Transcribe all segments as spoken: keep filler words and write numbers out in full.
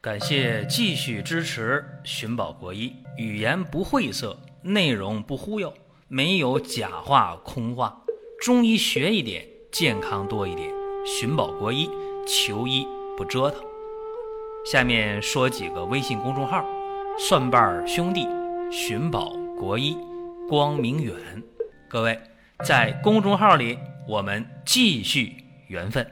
感谢继续支持寻宝国医，语言不晦涩，内容不忽悠，没有假话空话，中医学一点，健康多一点。寻宝国医，求医不折腾。下面说几个微信公众号：蒜瓣兄弟、寻宝国医、光明远。各位在公众号里，我们继续缘分。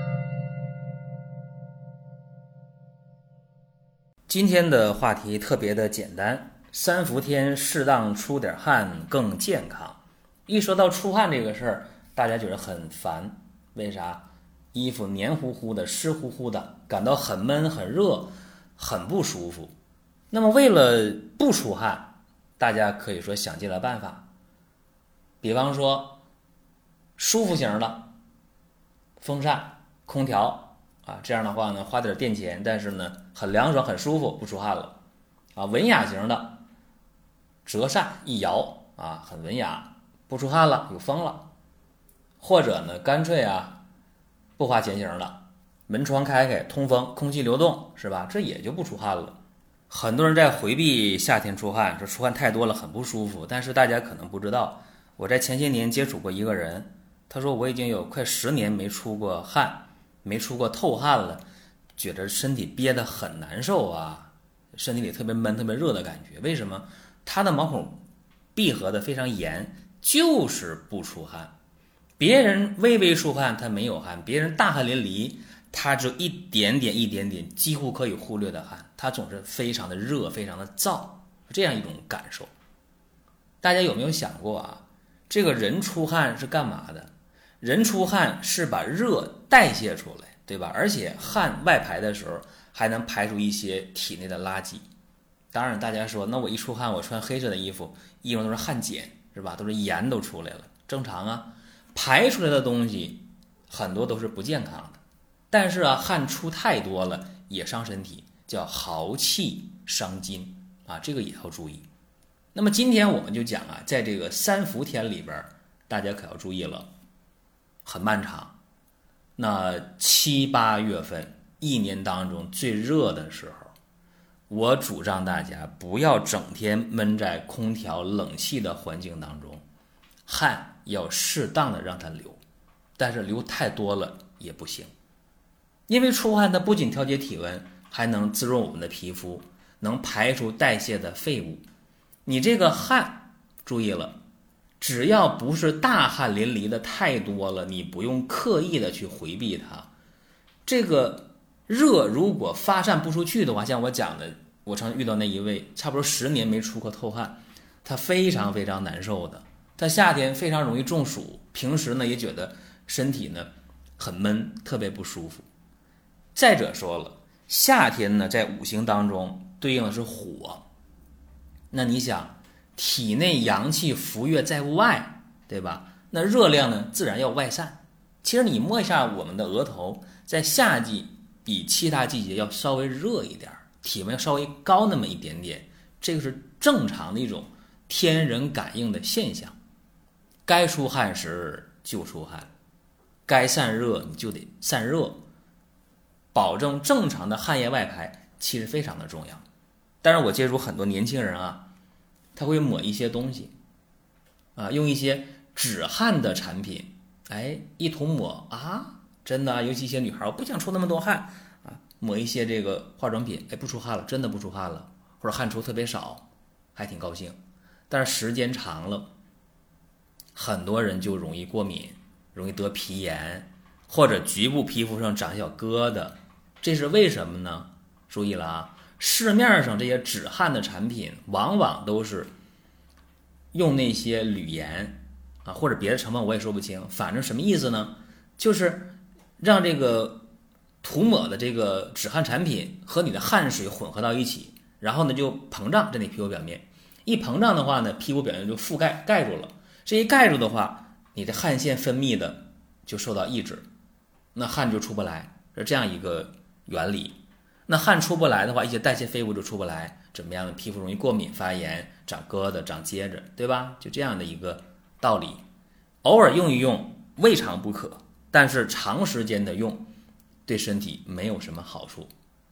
今天的话题特别的简单，三伏天适当出点汗更健康。一说到出汗这个事儿，大家觉得很烦，为啥？衣服黏糊糊的、湿乎乎的，感到很闷、很热、很不舒服。那么为了不出汗，大家可以说想尽了办法，比方说舒服型的风扇、空调啊，这样的话呢，花点电钱，但是呢很凉爽很舒服，不出汗了啊。文雅型的折扇一摇啊，很文雅，不出汗了，有风了。或者呢干脆啊不花钱型的，门窗开开，通风，空气流动，是吧？这也就不出汗了。很多人在回避夏天出汗，说出汗太多了很不舒服，但是大家可能不知道，我在前些年接触过一个人，他说我已经有快十年没出过汗，没出过透汗了，觉得身体憋得很难受啊，身体里特别闷特别热的感觉。为什么？他的毛孔闭合的非常严，就是不出汗。别人微微出汗他没有汗，别人大汗淋漓他只有一点点一点点几乎可以忽略的汗，他总是非常的热非常的燥，这样一种感受。大家有没有想过啊，这个人出汗是干嘛的？人出汗是把热代谢出来，对吧？而且汗外排的时候还能排出一些体内的垃圾。当然大家说那我一出汗我穿黑色的衣服，衣服都是汗碱，是吧？都是盐都出来了，正常啊。排出来的东西很多都是不健康的，但是啊，汗出太多了也伤身体，叫豪气伤筋啊，这个也要注意。那么今天我们就讲啊，在这个三伏天里边，大家可要注意了，很漫长。那七八月份，一年当中最热的时候，我主张大家不要整天闷在空调冷气的环境当中，汗要适当的让它流，但是流太多了也不行。因为出汗它不仅调节体温，还能滋润我们的皮肤，能排出代谢的废物。你这个汗注意了，只要不是大汗淋漓的太多了，你不用刻意的去回避它。这个热如果发散不出去的话，像我讲的，我曾遇到那一位差不多十年没出过透汗，他非常非常难受的，他夏天非常容易中暑，平时呢也觉得身体呢很闷，特别不舒服。再者说了，夏天呢在五行当中对应的是火，那你想体内阳气浮跃在外，对吧？那热量呢自然要外散。其实你摸一下我们的额头，在夏季比其他季节要稍微热一点，体温要稍微高那么一点点，这个是正常的一种天人感应的现象。该出汗时就出汗，该散热你就得散热，保证正常的汗液外排其实非常的重要。但是我接触很多年轻人啊，他会抹一些东西啊，用一些止汗的产品，哎，一涂抹啊，真的啊，尤其一些女孩，我不想出那么多汗啊，抹一些这个化妆品，哎，不出汗了，真的不出汗了，或者汗出特别少，还挺高兴。但是时间长了，很多人就容易过敏，容易得皮炎，或者局部皮肤上长小疙瘩，这是为什么呢？注意了啊，市面上这些止汗的产品往往都是用那些铝盐啊，或者别的成分我也说不清，反正什么意思呢？就是让这个涂抹的这个止汗产品和你的汗水混合到一起，然后呢就膨胀在你皮肤表面，一膨胀的话呢，皮肤表面就覆盖盖住了，这一盖住的话，你的汗腺分泌的就受到抑制，那汗就出不来，是这样一个原理。那汗出不来的话，一些代谢废物就出不来，怎么样呢？皮肤容易过敏发炎，长疙瘩长疖子，对吧？就这样的一个道理。偶尔用一用未尝不可，但是长时间的用对身体没有什么好处。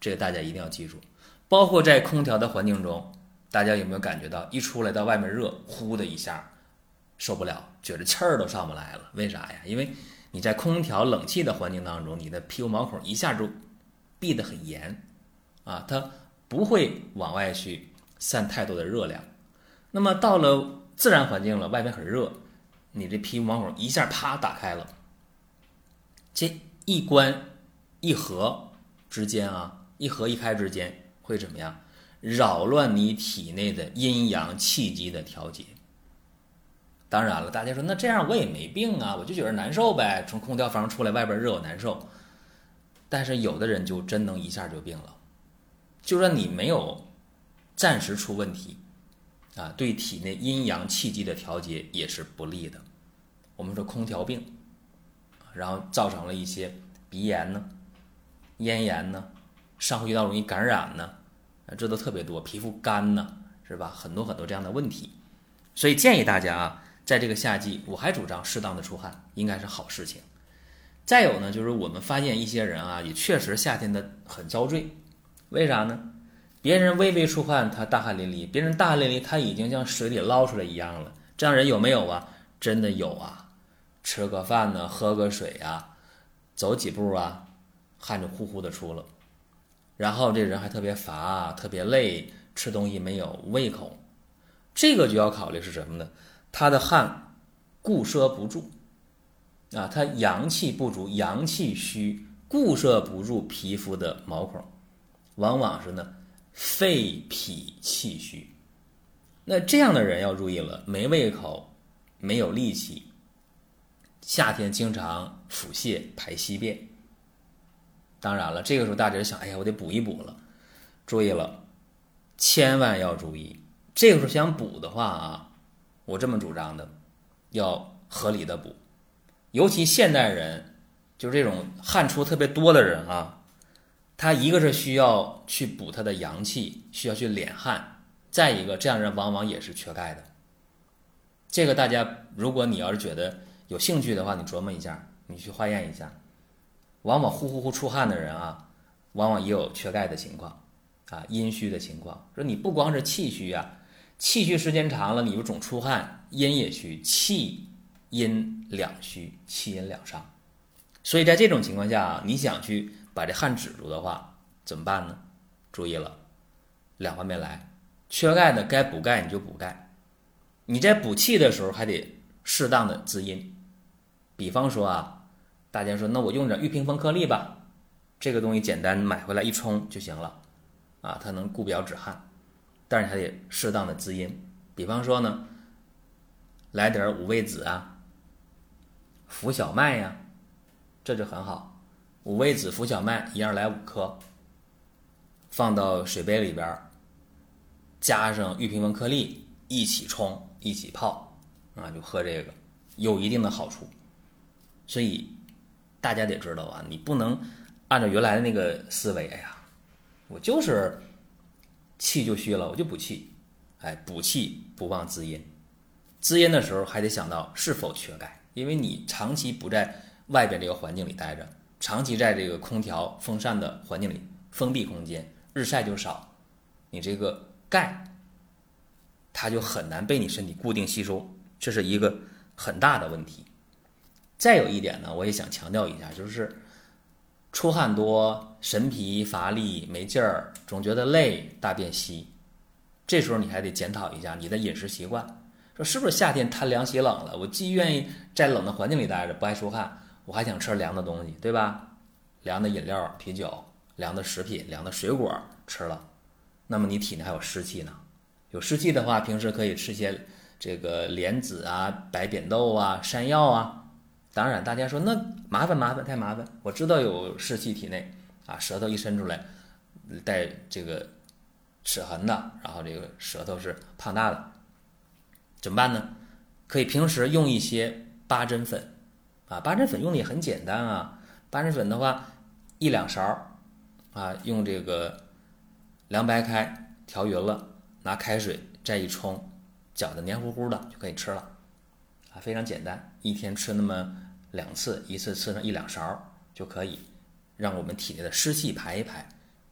这个大家一定要记住。包括在空调的环境中，大家有没有感觉到一出来到外面热，呼的一下受不了，觉得气儿都上不来了？为啥呀？因为你在空调冷气的环境当中，你的皮肤毛孔一下就闭得很严啊，它不会往外去散太多的热量。那么到了自然环境了，外面很热，你这皮肤毛孔一下啪打开了，这一关一合之间啊，一合一开之间会怎么样？扰乱你体内的阴阳气机的调节。当然了，大家说那这样我也没病啊，我就觉得难受呗，从空调房出来外边热我难受。但是有的人就真能一下就病了，就算你没有暂时出问题啊，对体内阴阳气机的调节也是不利的。我们说空调病，然后造成了一些鼻炎呢、咽炎呢、上呼吸道容易感染呢，这都特别多，皮肤干呢，是吧？很多很多这样的问题。所以建议大家啊，在这个夏季，我还主张适当的出汗，应该是好事情。再有呢，就是我们发现一些人啊，也确实夏天的很遭罪。为啥呢？别人微微出汗，他大汗淋漓；别人大汗淋漓，他已经像水里捞出来一样了。这样人有没有啊？真的有啊！吃个饭呢，喝个水啊，走几步啊，汗就呼呼的出了。然后这人还特别乏，特别累，吃东西没有胃口。这个就要考虑是什么呢？他的汗固摄不住啊，他阳气不足，阳气虚，固摄不住皮肤的毛孔，往往是呢肺脾气虚。那这样的人要注意了，没胃口，没有力气，夏天经常腹泻排稀便。当然了，这个时候大家就想，哎呀，我得补一补了。注意了，千万要注意，这个时候想补的话啊，我这么主张的，要合理的补。尤其现代人，就是这种汗出特别多的人啊，他一个是需要去补他的阳气，需要去敛汗，再一个这样人往往也是缺钙的。这个大家如果你要是觉得有兴趣的话，你琢磨一下，你去化验一下，往往呼呼呼出汗的人啊，往往也有缺钙的情况啊，阴虚的情况。说你不光是气虚啊，气虚时间长了，你就总出汗，阴也虚，气阴两虚，气阴两伤。所以在这种情况下，你想去把这汗止住的话，怎么办呢？注意了，两方面来。缺钙的该补钙你就补钙，你在补气的时候还得适当的滋阴。比方说啊，大家说那我用点玉屏风颗粒吧，这个东西简单，买回来一冲就行了啊，它能固表止汗，但是还得适当的滋阴。比方说呢，来点五味子啊、浮小麦呀、啊，这就很好。五味子、浮小麦一样来五颗，放到水杯里边，加上玉屏风颗粒一起冲一起泡啊，就喝这个有一定的好处。所以大家得知道啊，你不能按照原来的那个思维，哎呀，我就是气就虚了，我就补气。哎，补气不忘滋阴，滋阴的时候还得想到是否缺钙，因为你长期不在外边这个环境里待着，长期在这个空调风扇的环境里，封闭空间，日晒就少，你这个钙它就很难被你身体固定吸收，这是一个很大的问题。再有一点呢，我也想强调一下，就是出汗多、神疲乏力、没劲儿，总觉得累、大便稀，这时候你还得检讨一下你的饮食习惯，说是不是夏天贪凉喜冷了，我既愿意在冷的环境里待着不爱出汗，我还想吃凉的东西，对吧？凉的饮料、啤酒、凉的食品、凉的水果吃了，那么你体内还有湿气呢。有湿气的话，平时可以吃些这个莲子啊、白扁豆啊、山药啊。当然大家说那麻烦麻烦太麻烦，我知道有湿气体内啊，舌头一伸出来带这个齿痕的，然后这个舌头是胖大的，怎么办呢？可以平时用一些八珍粉啊，八珍粉用的也很简单啊。八珍粉的话，一两勺啊，用这个凉白开调匀了，拿开水再一冲，搅得黏糊糊的就可以吃了啊，非常简单，一天吃那么两次，一次吃上一两勺就可以让我们体内的湿气排一排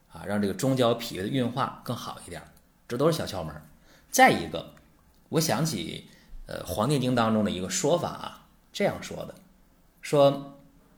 啊，让这个中焦脾胃的运化更好一点，这都是小窍门。再一个，我想起呃《黄帝经》当中的一个说法啊，这样说的，说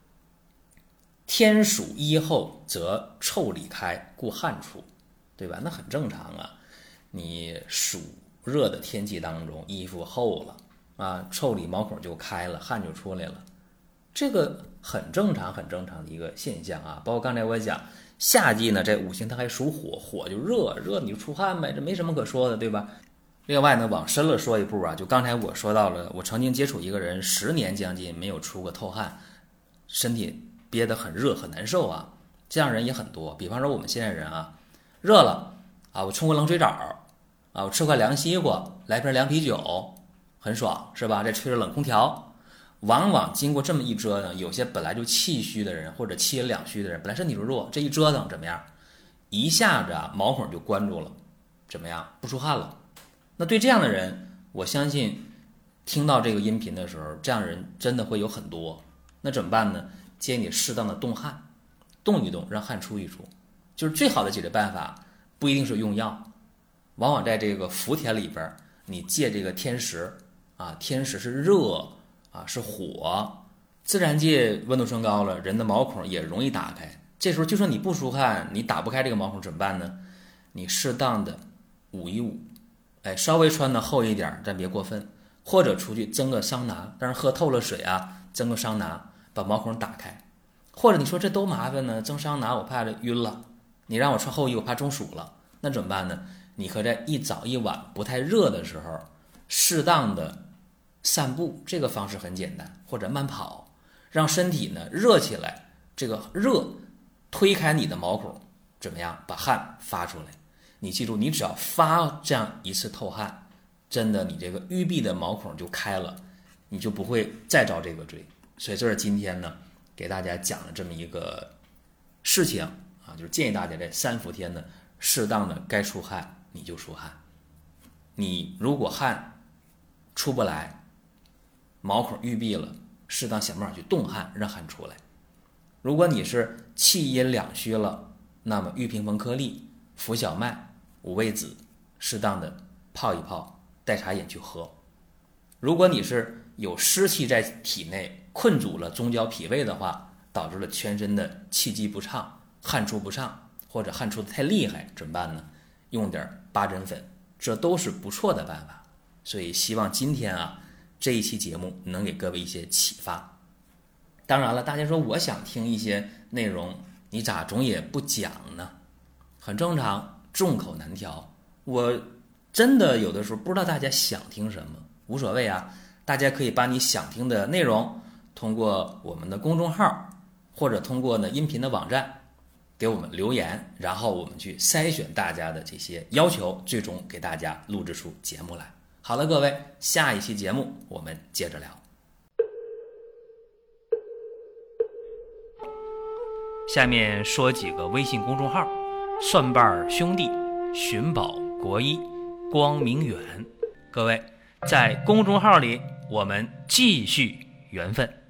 天暑衣厚则臭里开，故汗出，对吧？那很正常啊，你暑热的天气当中，衣服厚了啊，腠理毛孔就开了，汗就出来了，这个很正常很正常的一个现象啊。包括刚才我讲夏季呢，这五行它还属火，火就热，热你就出汗呗，这没什么可说的，对吧？另外呢，往深了说一步啊，就刚才我说到了，我曾经接触一个人十年将近没有出过透汗，身体憋得很热很难受啊，这样人也很多。比方说我们现在人啊，热了啊，我冲个冷水澡啊，我吃块凉西瓜，来瓶凉啤酒，很爽是吧？再吹着冷空调，往往经过这么一折腾，有些本来就气虚的人或者气阴两虚的人，本来身体就弱，这一折腾怎么样？一下子啊毛孔就关住了，怎么样？不出汗了。那对这样的人，我相信听到这个音频的时候，这样的人真的会有很多。那怎么办呢？建议你适当的动汗，动一动，让汗出一出，就是最好的解决办法。不一定是用药，往往在这个伏天里边，你借这个天时啊，天时是热啊，是火，自然界温度升高了，人的毛孔也容易打开。这时候就算你不出汗，你打不开这个毛孔怎么办呢？你适当的捂一捂，哎，稍微穿的厚一点，但别过分，或者出去蒸个桑拿，但是喝透了水啊，蒸个桑拿，把毛孔打开。或者你说这都麻烦呢，蒸桑拿我怕这晕了，你让我穿厚衣我怕中暑了，那怎么办呢？你可在一早一晚不太热的时候，适当的散步，这个方式很简单，或者慢跑，让身体呢热起来，这个热推开你的毛孔，怎么样？把汗发出来。你记住，你只要发这样一次透汗，真的你这个淤闭的毛孔就开了，你就不会再遭这个罪。所以这是今天呢给大家讲的这么一个事情啊，就是建议大家在三伏天呢，适当的该出汗你就出汗。你如果汗出不来，毛孔淤闭了，适当想办法去动汗，让汗出来。如果你是气阴两虚了，那么玉屏风颗粒、浮小麦、五味子，适当的泡一泡，代茶饮去喝。如果你是有湿气在体内困住了中焦脾胃的话，导致了全身的气机不畅，汗出不畅，或者汗出的太厉害，怎么办呢？用点八珍粉，这都是不错的办法。所以希望今天啊这一期节目能给各位一些启发。当然了，大家说我想听一些内容，你咋总也不讲呢？很正常，众口难调。我真的有的时候不知道大家想听什么，无所谓啊，大家可以把你想听的内容通过我们的公众号或者通过呢音频的网站给我们留言，然后我们去筛选大家的这些要求，最终给大家录制出节目来。好了，各位，下一期节目我们接着聊。下面说几个微信公众号：蒜瓣兄弟、寻宝国医、光明远。各位在公众号里我们继续缘分。